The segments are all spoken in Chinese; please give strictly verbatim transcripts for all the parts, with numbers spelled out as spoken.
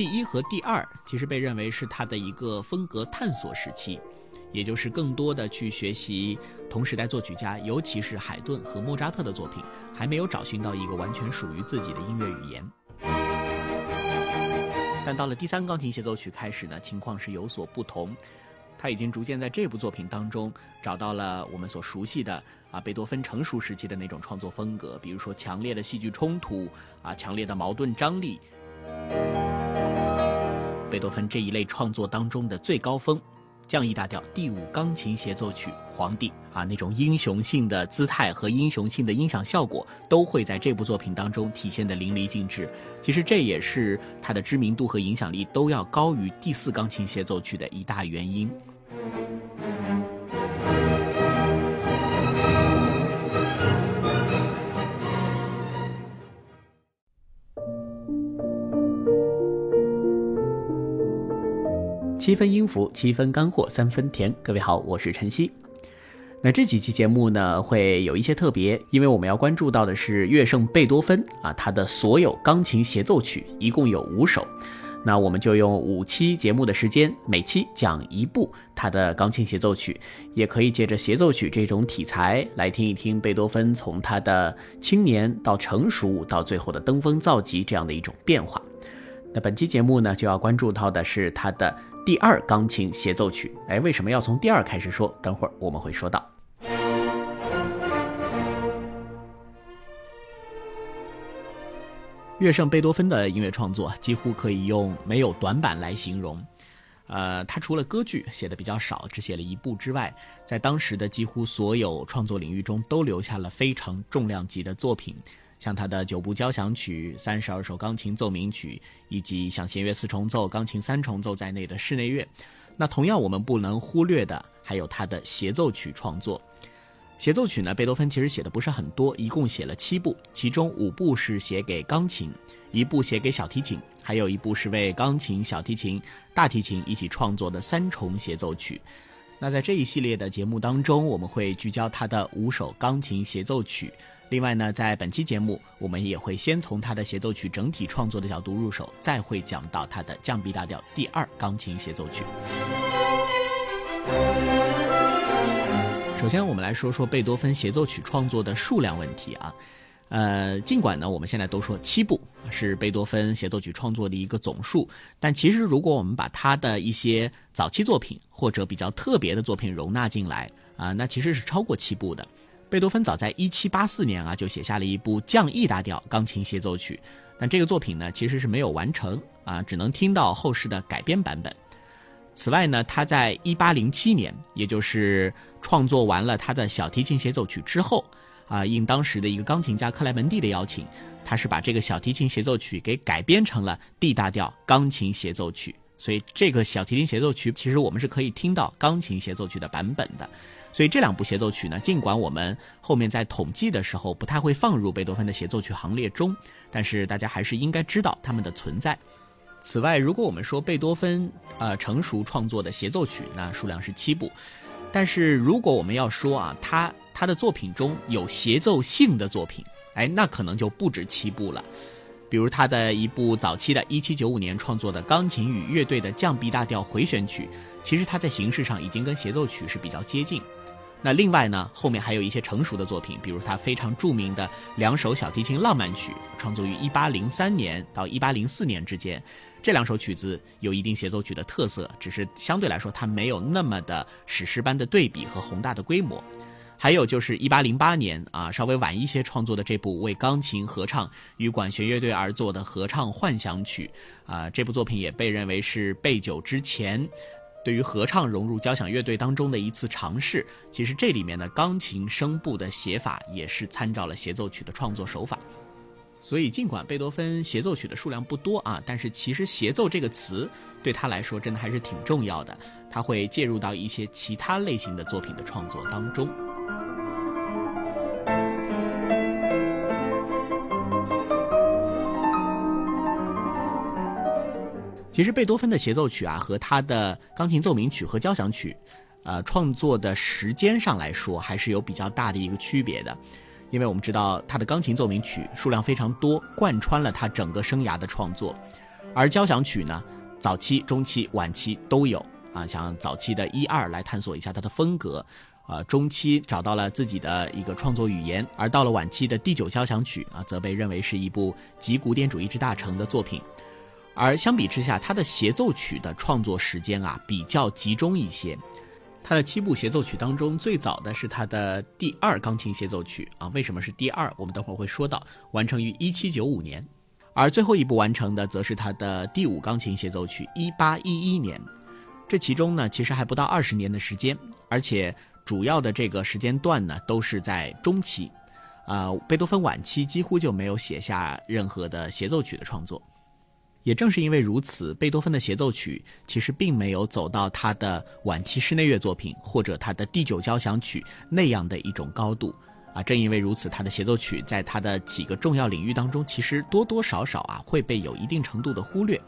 第一和第二其实被认为是他的一个风格探索时期，也就是更多的去学习同时代作曲家，尤其是海顿和莫扎特的作品，还没有找寻到一个完全属于自己的音乐语言。但到了第三钢琴协奏曲开始呢，情况是有所不同。他已经逐渐在这部作品当中找到了我们所熟悉的啊贝多芬成熟时期的那种创作风格，比如说强烈的戏剧冲突啊，强烈的矛盾张力。贝多芬这一类创作当中的最高峰，降 E 大调第五钢琴协奏曲皇帝啊，那种英雄性的姿态和英雄性的音响效果都会在这部作品当中体现得淋漓尽致。其实这也是他的知名度和影响力都要高于第四钢琴协奏曲的一大原因。七分音符，七分干货，三分甜。各位好，我是晨曦。那这几期节目呢会有一些特别，因为我们要关注到的是乐圣贝多芬啊，他的所有钢琴协奏曲一共有五首。那我们就用五期节目的时间，每期讲一部他的钢琴协奏曲，也可以借着协奏曲这种题材来听一听贝多芬从他的青年到成熟到最后的登峰造极这样的一种变化。那本期节目呢就要关注到的是他的第二钢琴协奏曲。哎，为什么要从第二开始说？等会儿我们会说到。乐圣贝多芬的音乐创作几乎可以用没有短板来形容。呃，他除了歌剧写的比较少，只写了一部之外，在当时的几乎所有创作领域中都留下了非常重量级的作品，像他的九部交响曲、三十二首钢琴奏鸣曲，以及像弦乐四重奏、钢琴三重奏在内的室内乐。那同样我们不能忽略的还有他的协奏曲创作。协奏曲呢，贝多芬其实写的不是很多，一共写了七部，其中五部是写给钢琴，一部写给小提琴，还有一部是为钢琴、小提琴、大提琴一起创作的三重协奏曲。那在这一系列的节目当中，我们会聚焦他的五首钢琴协奏曲。另外呢，在本期节目我们也会先从他的协奏曲整体创作的角度入手，再会讲到他的降 B 大调第二钢琴协奏曲。首先我们来说说贝多芬协奏曲创作的数量问题啊。呃，尽管呢我们现在都说七部是贝多芬协奏曲创作的一个总数，但其实如果我们把他的一些早期作品或者比较特别的作品容纳进来啊，那其实是超过七部的。贝多芬早在一七八四年啊就写下了一部降 E 大调钢琴协奏曲，但这个作品呢其实是没有完成啊，只能听到后世的改编版本。此外呢，他在一八零七年，也就是创作完了他的小提琴协奏曲之后啊，应当时的一个钢琴家克莱门蒂的邀请，他是把这个小提琴协奏曲给改编成了 D 大调钢琴协奏曲。所以这个小提琴协奏曲其实我们是可以听到钢琴协奏曲的版本的。所以这两部协奏曲呢，尽管我们后面在统计的时候不太会放入贝多芬的协奏曲行列中，但是大家还是应该知道它们的存在。此外，如果我们说贝多芬呃成熟创作的协奏曲，那数量是七部。但是如果我们要说啊，他他的作品中有协奏性的作品，哎，那可能就不止七部了。比如他的一部早期的一七九五年创作的钢琴与乐队的降 B 大调回旋曲，其实它在形式上已经跟协奏曲是比较接近。那另外呢，后面还有一些成熟的作品，比如他非常著名的两首小提琴浪漫曲，创作于一八零三年到一八零四年之间。这两首曲子有一定协奏曲的特色，只是相对来说它没有那么的史诗般的对比和宏大的规模。还有就是一八零八年啊，稍微晚一些创作的这部为钢琴合唱与管弦乐队而作的合唱幻想曲啊，这部作品也被认为是贝九之前对于合唱融入交响乐队当中的一次尝试。其实这里面的钢琴声部的写法也是参照了协奏曲的创作手法。所以尽管贝多芬协奏曲的数量不多啊，但是其实协奏这个词对他来说真的还是挺重要的，他会介入到一些其他类型的作品的创作当中。其实贝多芬的协奏曲啊和他的钢琴奏鸣曲和交响曲呃，创作的时间上来说还是有比较大的一个区别的。因为我们知道他的钢琴奏鸣曲数量非常多，贯穿了他整个生涯的创作， 而交响曲呢，早期、中期、晚期都有啊，像早期的一二来探索一下它的风格，呃，中期找到了自己的一个创作语言，而到了晚期的第九交响曲啊，则被认为是一部集古典主义之大成的作品。而相比之下，它的协奏曲的创作时间啊比较集中一些。它的七部协奏曲当中，最早的是它的第二钢琴协奏曲啊，为什么是第二？我们等会儿会说到，完成于一七九五年。而最后一部完成的，则是它的第五钢琴协奏曲，一八一一年。这其中呢，其实还不到二十年的时间，而且主要的这个时间段呢，都是在中期。呃，贝多芬晚期几乎就没有写下任何的协奏曲的创作。也正是因为如此，贝多芬的协奏曲其实并没有走到他的晚期室内乐作品或者他的第九交响曲那样的一种高度啊。正因为如此，他的协奏曲在他的几个重要领域当中，其实多多少少啊会被有一定程度的忽略。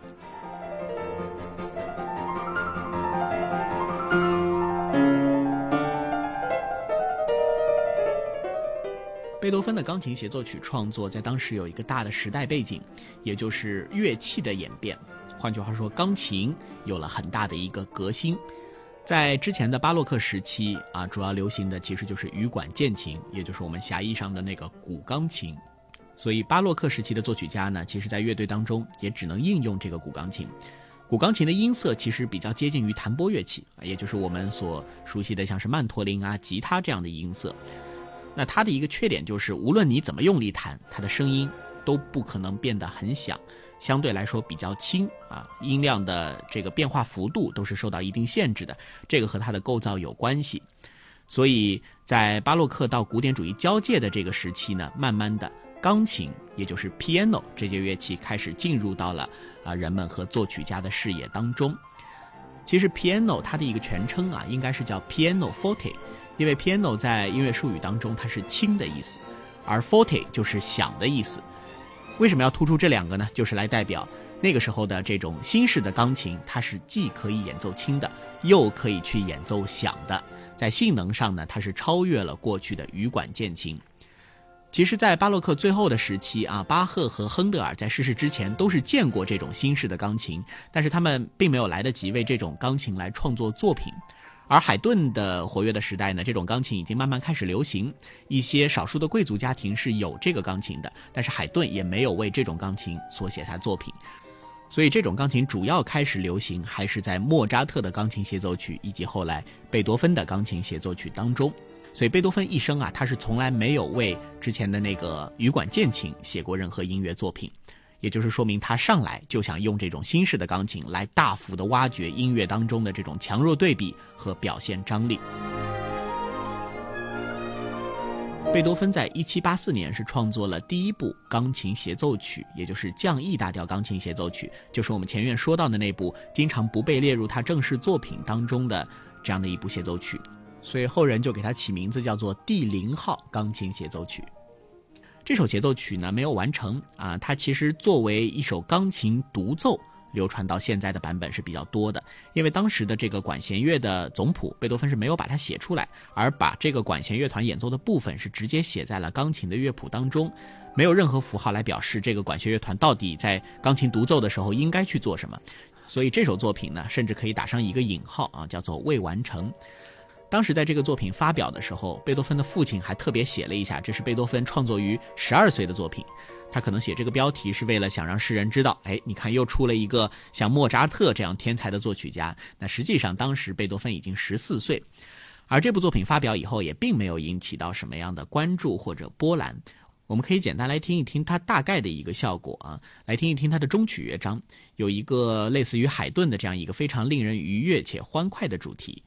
贝多芬的钢琴协奏曲创作在当时有一个大的时代背景，也就是乐器的演变。换句话说，钢琴有了很大的一个革新。在之前的巴洛克时期啊，主要流行的其实就是羽管键琴，也就是我们狭义上的那个古钢琴。所以巴洛克时期的作曲家呢，其实在乐队当中也只能应用这个古钢琴。古钢琴的音色其实比较接近于弹拨乐器，也就是我们所熟悉的像是曼陀林啊、吉他这样的音色。那它的一个缺点就是，无论你怎么用力弹，它的声音都不可能变得很响，相对来说比较轻啊，音量的这个变化幅度都是受到一定限制的，这个和它的构造有关系。所以在巴洛克到古典主义交界的这个时期呢，慢慢的钢琴，也就是 piano 这节乐器开始进入到了啊人们和作曲家的视野当中。其实 piano 它的一个全称啊，应该是叫 piano forte。因为 piano 在音乐术语当中它是轻的意思，而 forte 就是响的意思。为什么要突出这两个呢？就是来代表那个时候的这种新式的钢琴，它是既可以演奏轻的，又可以去演奏响的。在性能上呢，它是超越了过去的羽管键琴。其实在巴洛克最后的时期啊，巴赫和亨德尔在逝世之前都是见过这种新式的钢琴，但是他们并没有来得及为这种钢琴来创作作品。而海顿的活跃的时代呢，这种钢琴已经慢慢开始流行，一些少数的贵族家庭是有这个钢琴的，但是海顿也没有为这种钢琴所写下作品。所以这种钢琴主要开始流行还是在莫扎特的钢琴协奏曲以及后来贝多芬的钢琴协奏曲当中。所以贝多芬一生啊，他是从来没有为之前的那个羽管键琴写过任何音乐作品，也就是说明他上来就想用这种新式的钢琴来大幅的挖掘音乐当中的这种强弱对比和表现张力。贝多芬在一七八四年是创作了第一部钢琴协奏曲，也就是降 E 大调钢琴协奏曲，就是我们前面说到的那部经常不被列入他正式作品当中的这样的一部协奏曲，所以后人就给他起名字叫做第零号钢琴协奏曲。这首协奏曲呢没有完成啊，它其实作为一首钢琴独奏流传到现在的版本是比较多的，因为当时的这个管弦乐的总谱贝多芬是没有把它写出来，而把这个管弦乐团演奏的部分是直接写在了钢琴的乐谱当中，没有任何符号来表示这个管弦乐团到底在钢琴独奏的时候应该去做什么，所以这首作品呢甚至可以打上一个引号啊，叫做未完成。当时在这个作品发表的时候，贝多芬的父亲还特别写了一下，这是贝多芬创作于十二岁的作品。他可能写这个标题是为了想让世人知道，哎，你看又出了一个像莫扎特这样天才的作曲家。那实际上当时贝多芬已经十四岁，而这部作品发表以后也并没有引起到什么样的关注或者波澜。我们可以简单来听一听它大概的一个效果啊，来听一听它的中曲乐章，有一个类似于海顿的这样一个非常令人愉悦且欢快的主题。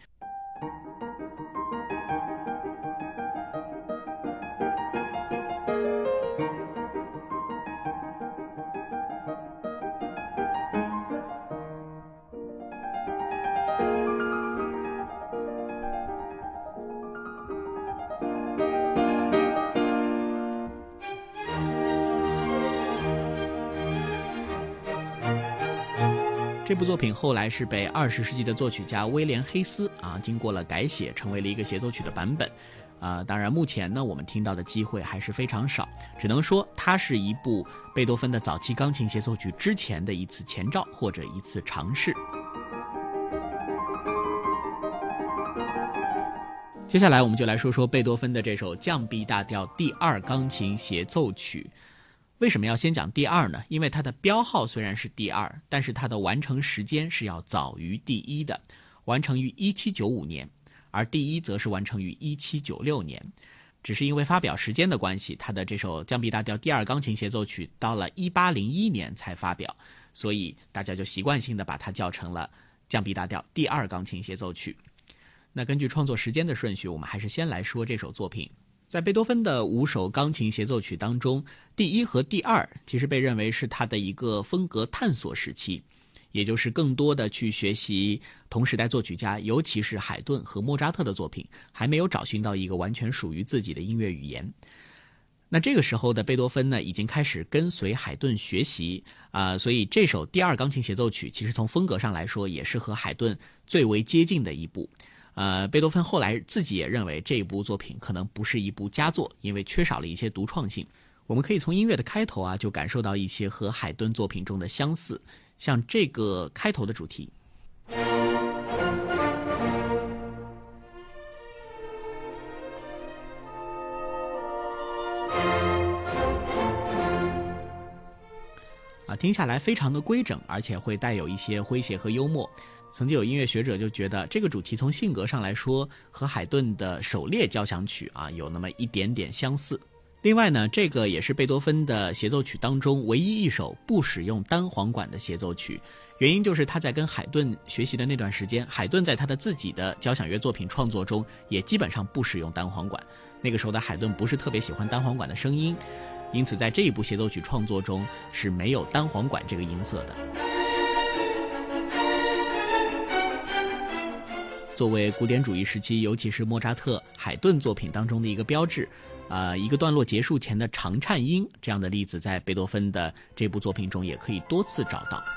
这部作品后来是被二十世纪的作曲家威廉·黑斯啊经过了改写，成为了一个协奏曲的版本。 呃，当然目前呢我们听到的机会还是非常少，只能说它是一部贝多芬的早期钢琴协奏曲之前的一次前兆或者一次尝试。接下来我们就来说说贝多芬的这首降 B 大调第二钢琴协奏曲。为什么要先讲第二呢？因为它的标号虽然是第二，但是它的完成时间是要早于第一的，完成于一七九五年，而第一则是完成于一七九六年。只是因为发表时间的关系，它的这首降 B 大调第二钢琴协奏曲到了一八零一年才发表，所以大家就习惯性的把它叫成了降 B 大调第二钢琴协奏曲。那根据创作时间的顺序，我们还是先来说这首作品。在贝多芬的五首钢琴协奏曲当中，第一和第二其实被认为是他的一个风格探索时期，也就是更多的去学习同时代作曲家，尤其是海顿和莫扎特的作品，还没有找寻到一个完全属于自己的音乐语言。那这个时候的贝多芬呢，已经开始跟随海顿学习啊、呃，所以这首第二钢琴协奏曲其实从风格上来说，也是和海顿最为接近的一部。呃，贝多芬后来自己也认为这一部作品可能不是一部佳作，因为缺少了一些独创性。我们可以从音乐的开头啊，就感受到一些和海顿作品中的相似，像这个开头的主题。啊，听下来非常的规整，而且会带有一些诙谐和幽默。曾经有音乐学者就觉得这个主题从性格上来说和海顿的狩猎交响曲啊有那么一点点相似。另外呢，这个也是贝多芬的协奏曲当中唯一一首不使用单簧管的协奏曲，原因就是他在跟海顿学习的那段时间，海顿在他的自己的交响乐作品创作中也基本上不使用单簧管，那个时候的海顿不是特别喜欢单簧管的声音，因此在这一部协奏曲创作中是没有单簧管这个音色的。作为古典主义时期，尤其是莫扎特、海顿作品当中的一个标志，呃，一个段落结束前的长颤音，这样的例子在贝多芬的这部作品中也可以多次找到。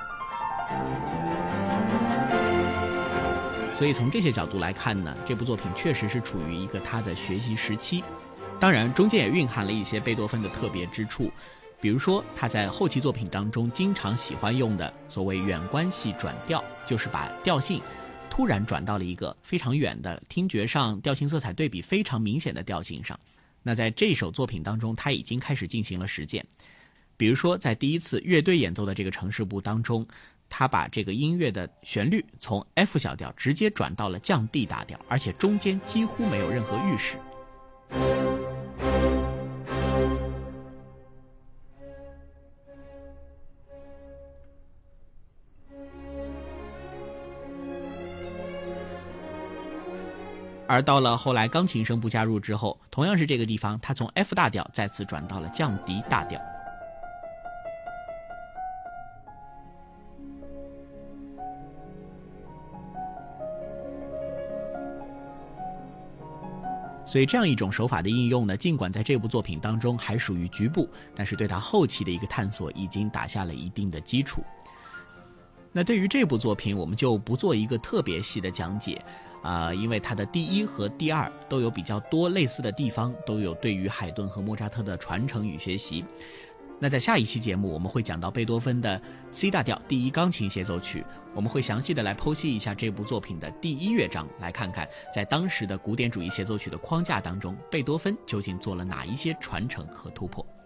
所以从这些角度来看呢，这部作品确实是处于一个他的学习时期。当然，中间也蕴含了一些贝多芬的特别之处，比如说他在后期作品当中经常喜欢用的所谓远关系转调，就是把调性突然转到了一个非常远的听觉上调性色彩对比非常明显的调性上。那在这首作品当中，他已经开始进行了实践。比如说在第一次乐队演奏的这个城市部当中，他把这个音乐的旋律从 F 小调直接转到了降 D 大调，而且中间几乎没有任何预示。而到了后来钢琴声部加入之后，同样是这个地方，它从 F 大调再次转到了降 D 大调。所以这样一种手法的应用呢，尽管在这部作品当中还属于局部，但是对它后期的一个探索已经打下了一定的基础。那对于这部作品，我们就不做一个特别细的讲解，呃，因为它的第一和第二都有比较多类似的地方，都有对于海顿和莫扎特的传承与学习。那在下一期节目，我们会讲到贝多芬的 C 大调第一钢琴协奏曲，我们会详细的来剖析一下这部作品的第一乐章，来看看在当时的古典主义协奏曲的框架当中，贝多芬究竟做了哪一些传承和突破。